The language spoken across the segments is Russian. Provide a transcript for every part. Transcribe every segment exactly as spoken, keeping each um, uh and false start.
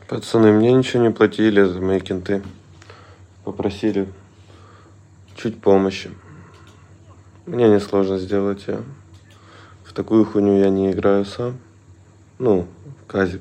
Пацаны, мне ничего не платили за мои кенты. Попросили чуть помощи. Мне несложно сделать. Я в такую хуйню я не играю сам. Ну, казик.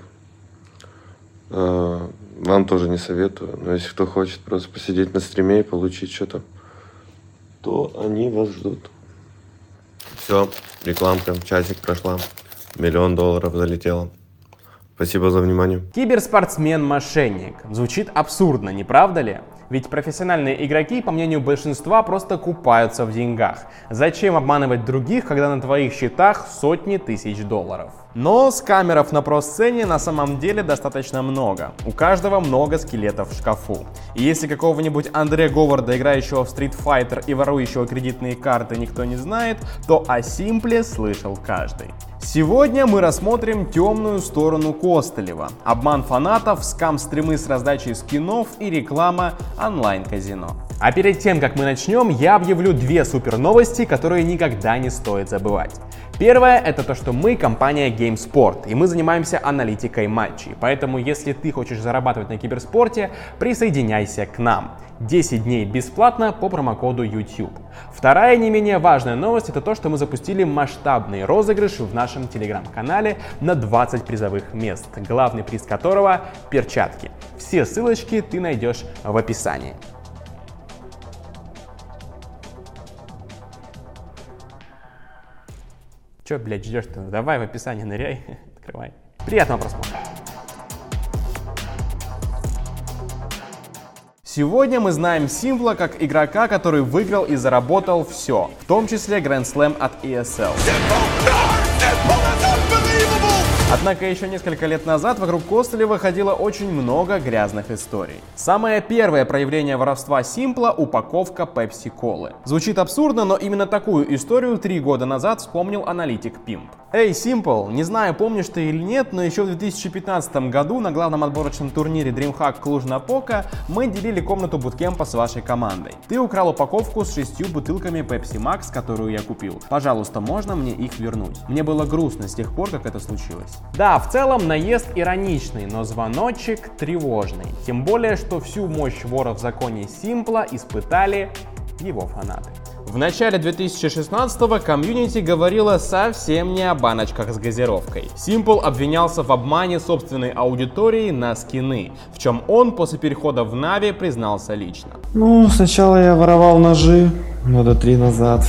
А, вам тоже не советую. Но если кто хочет просто посидеть на стриме и получить что-то, то они вас ждут. Все, рекламка, часик прошла. Миллион долларов залетело. Спасибо за внимание. Киберспортсмен-мошенник. Звучит абсурдно, не правда ли? Ведь профессиональные игроки, по мнению большинства, просто купаются в деньгах. Зачем обманывать других, когда на твоих счетах сотни тысяч долларов? Но скамеров на про-сцене на самом деле достаточно много. У каждого много скелетов в шкафу. И если какого-нибудь Андре Говарда, играющего в Street Fighter и ворующего кредитные карты, никто не знает, то о Симпле слышал каждый. Сегодня мы рассмотрим темную сторону Костылева. Обман фанатов, скам-стримы с раздачей скинов и реклама онлайн-казино. А перед тем, как мы начнем, я объявлю две супер новости, которые никогда не стоит забывать. Первое — это то, что мы компания GameSport, и мы занимаемся аналитикой матчей. Поэтому, если ты хочешь зарабатывать на киберспорте, присоединяйся к нам. десять дней бесплатно по промокоду YouTube. Вторая не менее важная новость — это то, что мы запустили масштабный розыгрыш в нашем телеграм-канале на двадцать призовых мест, главный приз которого — перчатки. Все ссылочки ты найдешь в описании. Че, блядь, ждешь-то? Давай в описании ныряй, открывай. Приятного просмотра. Сегодня мы знаем Симпла как игрока, который выиграл и заработал все, в том числе Grand Slam от и эс эл. Однако еще несколько лет назад вокруг Костылева ходило очень много грязных историй. Самое первое проявление воровства Симпла — упаковка пепси-колы. Звучит абсурдно, но именно такую историю три года назад вспомнил аналитик Pimp. Эй, Simple, не знаю, помнишь ты или нет, но еще в две тысячи пятнадцатом году на главном отборочном турнире DreamHack Клуж-Напока мы делили комнату буткемпа с вашей командой. Ты украл упаковку с шестью бутылками Pepsi Max, которую я купил. Пожалуйста, можно мне их вернуть? Мне было грустно с тех пор, как это случилось. Да, в целом наезд ироничный, но звоночек тревожный. Тем более, что всю мощь вора в законе Симпла испытали его фанаты. В начале две тысячи шестнадцатого комьюнити говорило совсем не о баночках с газировкой. Симпл обвинялся в обмане собственной аудитории на скины, в чем он после перехода в Нави признался лично. Ну, сначала я воровал ножи года три назад.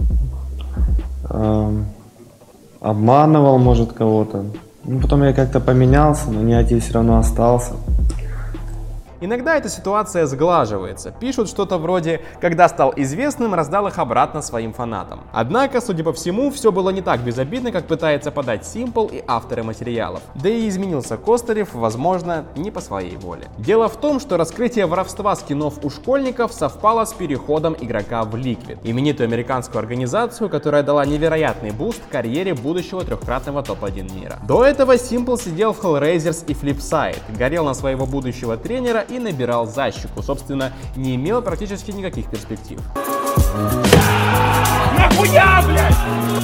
Эм, обманывал, может, кого-то. Ну, потом я как-то поменялся, но негатив все равно остался. Иногда эта ситуация сглаживается. Пишут что-то вроде «когда стал известным, раздал их обратно своим фанатам». Однако, судя по всему, все было не так безобидно, как пытается подать Симпл и авторы материалов. Да и изменился Костылев, возможно, не по своей воле. Дело в том, что раскрытие воровства скинов у школьников совпало с переходом игрока в Liquid, именитую американскую организацию, которая дала невероятный буст карьере будущего трехкратного топ один мира. До этого Симпл сидел в Hellraisers и Flipside, горел на своего будущего тренера и набирал защику, собственно, не имел практически никаких перспектив. Нахуя, блядь?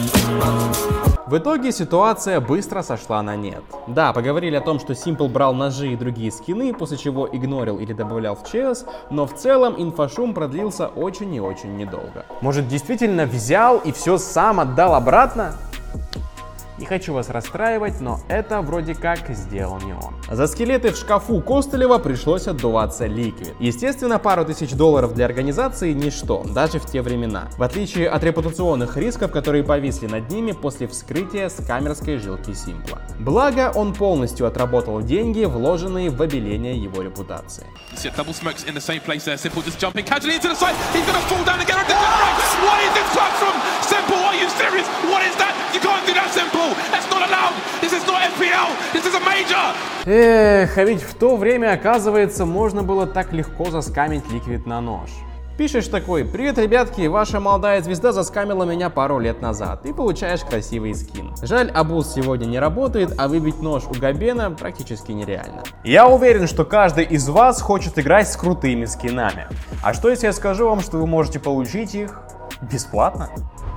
В итоге ситуация быстро сошла на нет. Да, поговорили о том, что Симпл брал ножи и другие скины, после чего игнорил или добавлял в ЧС, но в целом инфошум продлился очень и очень недолго. Может, действительно взял и все сам отдал обратно? Не хочу вас расстраивать, но это вроде как сделал не он. За скелеты в шкафу Костылева пришлось отдуваться Liquid. Естественно, пару тысяч долларов для организации ничто, даже в те времена. В отличие от репутационных рисков, которые повисли над ними после вскрытия скамерской жилки Симпла. Благо, он полностью отработал деньги, вложенные в обеление его репутации. Эх, а ведь в то время, оказывается, можно было так легко заскамить Liquid на нож. Пишешь такой: «Привет, ребятки, ваша молодая звезда заскамила меня пару лет назад», и получаешь красивый скин. Жаль, абуз сегодня не работает, а выбить нож у Габена практически нереально. Я уверен, что каждый из вас хочет играть с крутыми скинами. А что если я скажу вам, что вы можете получить их бесплатно?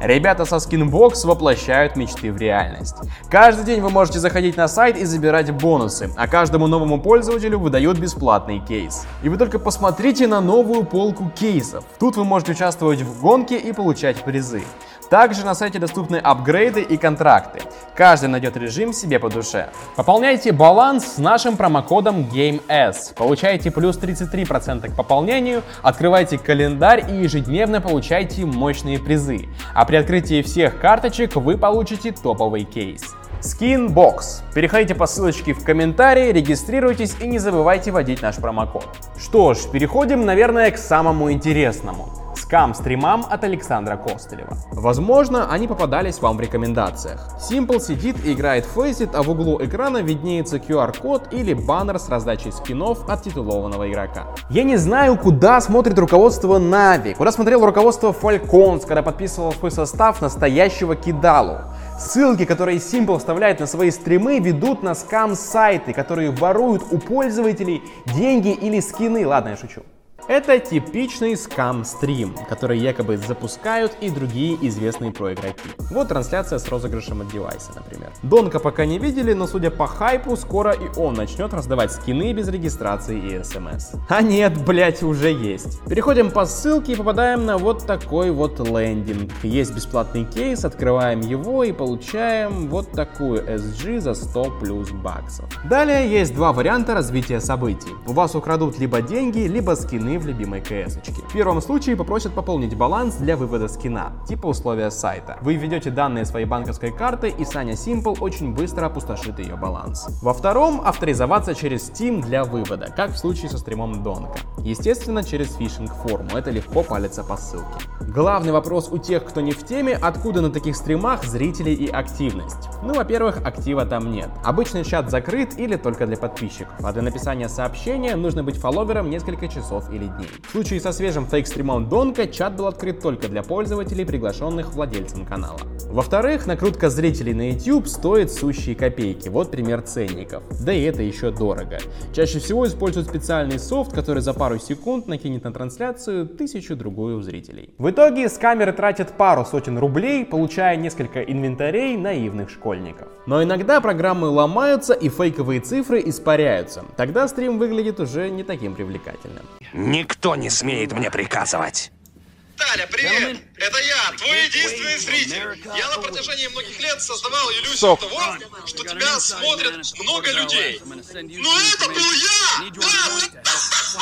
Ребята со Skinbox воплощают мечты в реальность. Каждый день вы можете заходить на сайт и забирать бонусы, а каждому новому пользователю выдают бесплатный кейс. И вы только посмотрите на новую полку кейсов. Тут вы можете участвовать в гонке и получать призы. Также на сайте доступны апгрейды и контракты. Каждый найдет режим себе по душе. Пополняйте баланс с нашим промокодом GameS. Получаете плюс тридцать три процента к пополнению, открывайте календарь и ежедневно получайте мощные призы. А при открытии всех карточек вы получите топовый кейс. Skinbox. Переходите по ссылочке в комментарии, регистрируйтесь и не забывайте вводить наш промокод. Что ж, переходим, наверное, к самому интересному. Скам-стримам от Александра Костылева. Возможно, они попадались вам в рекомендациях. Simple сидит и играет Faceit, а в углу экрана виднеется ку ар-код или баннер с раздачей скинов от титулованного игрока. Я не знаю, куда смотрит руководство Na'Vi, куда смотрело руководство Falcons, когда подписывал свой состав настоящего кидалу. Ссылки, которые Simple вставляет на свои стримы, ведут на скам-сайты, которые воруют у пользователей деньги или скины. Ладно, я шучу. Это типичный скам-стрим, который якобы запускают и другие известные проигроки. Вот трансляция с розыгрышем от девайса, например. Донка пока не видели, но судя по хайпу, скоро и он начнет раздавать скины без регистрации и смс. А нет, блять, уже есть. Переходим по ссылке и попадаем на вот такой вот лендинг. Есть бесплатный кейс, открываем его и получаем вот такую эс джи за сто плюс баксов. Далее есть два варианта развития событий. У вас украдут либо деньги, либо скины в любимой кс-очке. В первом случае попросят пополнить баланс для вывода скина, типа условия сайта. Вы введете данные своей банковской карты, и Саня Simple очень быстро опустошит ее баланс. Во втором авторизоваться через Steam для вывода, как в случае со стримом Донка. Естественно, через фишинг-форму, это легко палится по ссылке. Главный вопрос у тех, кто не в теме, откуда на таких стримах зрители и активность. Ну, во-первых, актива там нет. Обычный чат закрыт или только для подписчиков, а для написания сообщения нужно быть фолловером несколько часов или дней. В случае со свежим фейк-стримом Донка чат был открыт только для пользователей, приглашенных владельцем канала. Во-вторых, накрутка зрителей на YouTube стоит сущие копейки, вот пример ценников. Да и это еще дорого. Чаще всего используют специальный софт, который за пару секунд накинет на трансляцию тысячу-другую у зрителей. В итоге скамеры тратят пару сотен рублей, получая несколько инвентарей наивных школьников. Но иногда программы ломаются и фейковые цифры испаряются. Тогда стрим выглядит уже не таким привлекательным. Никто не смеет мне приказывать. Таля, привет! Это я, твой единственный зритель. Я на протяжении многих лет создавал иллюзию того, что тебя смотрят много людей. Но это был я! Да!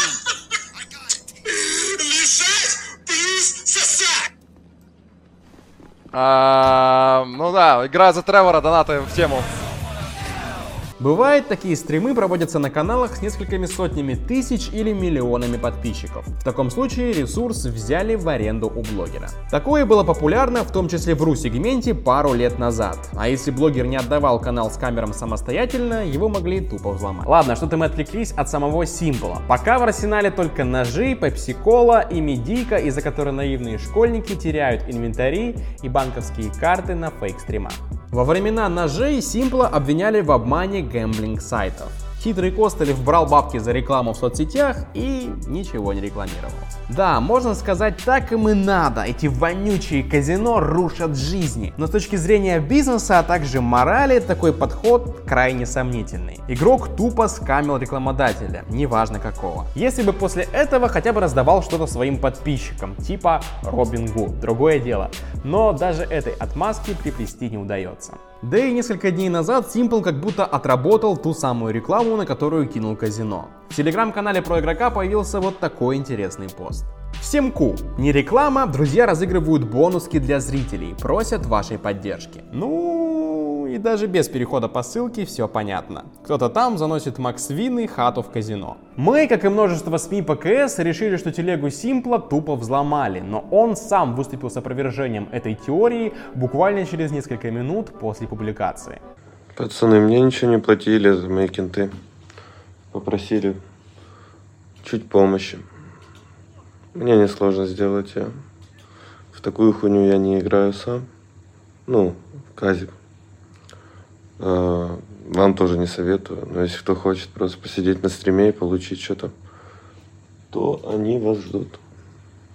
Лежать плюс сосать! А, ну да, игра за Тревора, донаты в тему. Бывает, такие стримы проводятся на каналах с несколькими сотнями тысяч или миллионами подписчиков. В таком случае ресурс взяли в аренду у блогера. Такое было популярно, в том числе в ру-сегменте, пару лет назад. А если блогер не отдавал канал с камерам самостоятельно, его могли тупо взломать. Ладно, что-то мы отвлеклись от самого Simple. Пока в арсенале только ножи, пепси-кола и медийка, из-за которой наивные школьники теряют инвентари и банковские карты на фейк-стримах. Во времена ножей Simple обвиняли в обмане гэмблинг-сайтов. Хитрый Костылев брал бабки за рекламу в соцсетях и ничего не рекламировал. Да, можно сказать, так им и надо. Эти вонючие казино рушат жизни. Но с точки зрения бизнеса, а также морали, такой подход крайне сомнительный. Игрок тупо скамил рекламодателя, неважно какого. Если бы после этого хотя бы раздавал что-то своим подписчикам, типа Робин Гуд, другое дело. Но даже этой отмазки приплести не удается. Да и несколько дней назад Simple как будто отработал ту самую рекламу, на которую кинул казино. В телеграм-канале про игрока появился вот такой интересный пост. Всем ку! Не реклама, друзья разыгрывают бонуски для зрителей, просят вашей поддержки. Ну, и даже без перехода по ссылке все понятно. Кто-то там заносит макс-вины хату в казино. Мы, как и множество СМИ по КС, решили, что телегу Simple тупо взломали, но он сам выступил с опровержением этой теории буквально через несколько минут после публикации. Пацаны, мне ничего не платили за мои кенты. Попросили чуть помощи. Мне несложно сделать. Я в такую хуйню я не играю сам. Ну, в казик. А, вам тоже не советую. Но если кто хочет просто посидеть на стриме и получить что-то, то они вас ждут.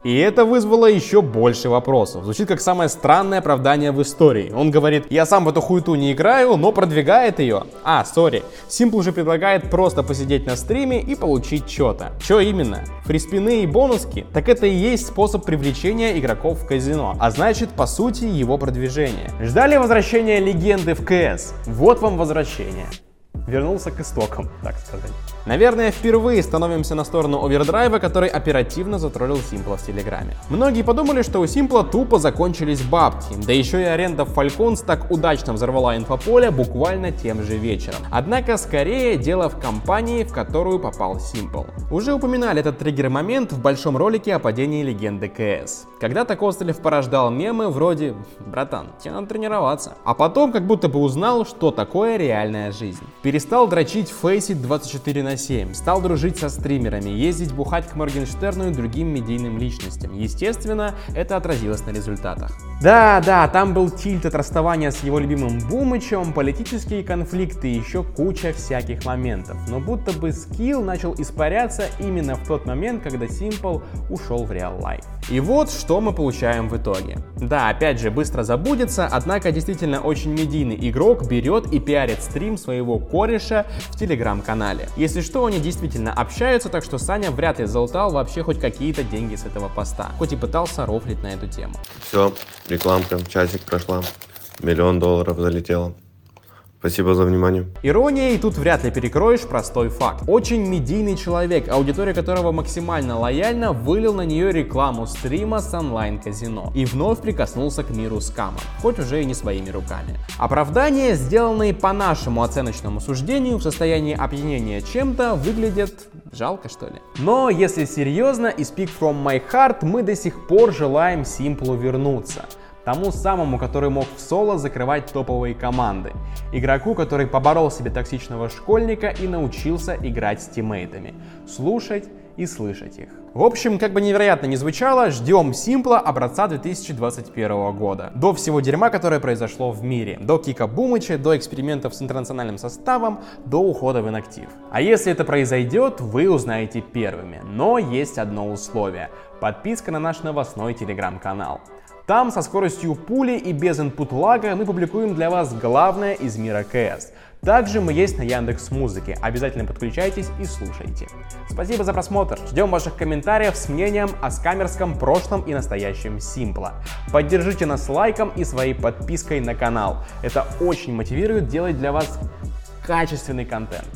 И это вызвало еще больше вопросов. Звучит как самое странное оправдание в истории. Он говорит: я сам в эту хуету не играю, но продвигает ее. А, сори. Simple же предлагает просто посидеть на стриме и получить что-то. Что именно? Фриспины и бонуски? Так это и есть способ привлечения игроков в казино. А значит, по сути, его продвижение. Ждали возвращения легенды в КС? Вот вам возвращение. Вернулся к истокам, так сказать. Наверное, впервые становимся на сторону Овердрайва, который оперативно затроллил Симпла в Телеграме. Многие подумали, что у Симпла тупо закончились бабки, да еще и аренда в Falcons так удачно взорвала инфополе буквально тем же вечером. Однако, скорее, дело в компании, в которую попал Симпл. Уже упоминали этот триггер-момент в большом ролике о падении легенды КС. Когда-то Костылев порождал мемы вроде «Братан, тебе надо тренироваться». А потом как будто бы узнал, что такое реальная жизнь. Перестал дрочить фейсить двадцать четыре на семь, стал дружить со стримерами, ездить бухать к Моргенштерну и другим медийным личностям. Естественно, это отразилось на результатах. Да, да, там был тильт от расставания с его любимым Бумычем, политические конфликты и еще куча всяких моментов. Но будто бы скилл начал испаряться именно в тот момент, когда Simple ушел в реал лайф. И вот что мы получаем в итоге. Да, опять же, быстро забудется, однако действительно очень медийный игрок берет и пиарит стрим своего кореша в телеграм-канале. Если что, они действительно общаются, так что Саня вряд ли залутал вообще хоть какие-то деньги с этого поста, хоть и пытался рофлить на эту тему. Все, рекламка, часик прошла, миллион долларов залетело. Спасибо за внимание. Ирония, и тут вряд ли перекроешь простой факт. Очень медийный человек, аудитория которого максимально лояльна, вылил на нее рекламу стрима с онлайн-казино и вновь прикоснулся к миру скама, хоть уже и не своими руками. Оправдания, сделанные по нашему оценочному суждению в состоянии опьянения чем-то, выглядят жалко, что ли. Но если серьезно и speak from my heart, мы до сих пор желаем Симплу вернуться. Тому самому, который мог в соло закрывать топовые команды. Игроку, который поборол себе токсичного школьника и научился играть с тиммейтами. Слушать и слышать их. В общем, как бы невероятно ни звучало, ждем Симпла образца две тысячи двадцать первого года. До всего дерьма, которое произошло в мире. До кика Бумыча, до экспериментов с интернациональным составом, до ухода в инактив. А если это произойдет, вы узнаете первыми. Но есть одно условие. Подписка на наш новостной телеграм-канал. Там со скоростью пули и без инпут-лага мы публикуем для вас главное из мира КС. Также мы есть на Яндекс.Музыке. Обязательно подключайтесь и слушайте. Спасибо за просмотр. Ждем ваших комментариев с мнением о скамерском прошлом и настоящем Симпла. Поддержите нас лайком и своей подпиской на канал. Это очень мотивирует делать для вас качественный контент.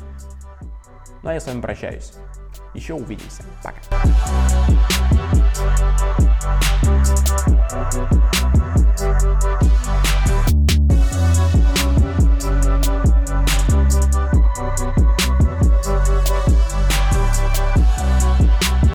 Ну а я с вами прощаюсь. Еще увидимся. Пока.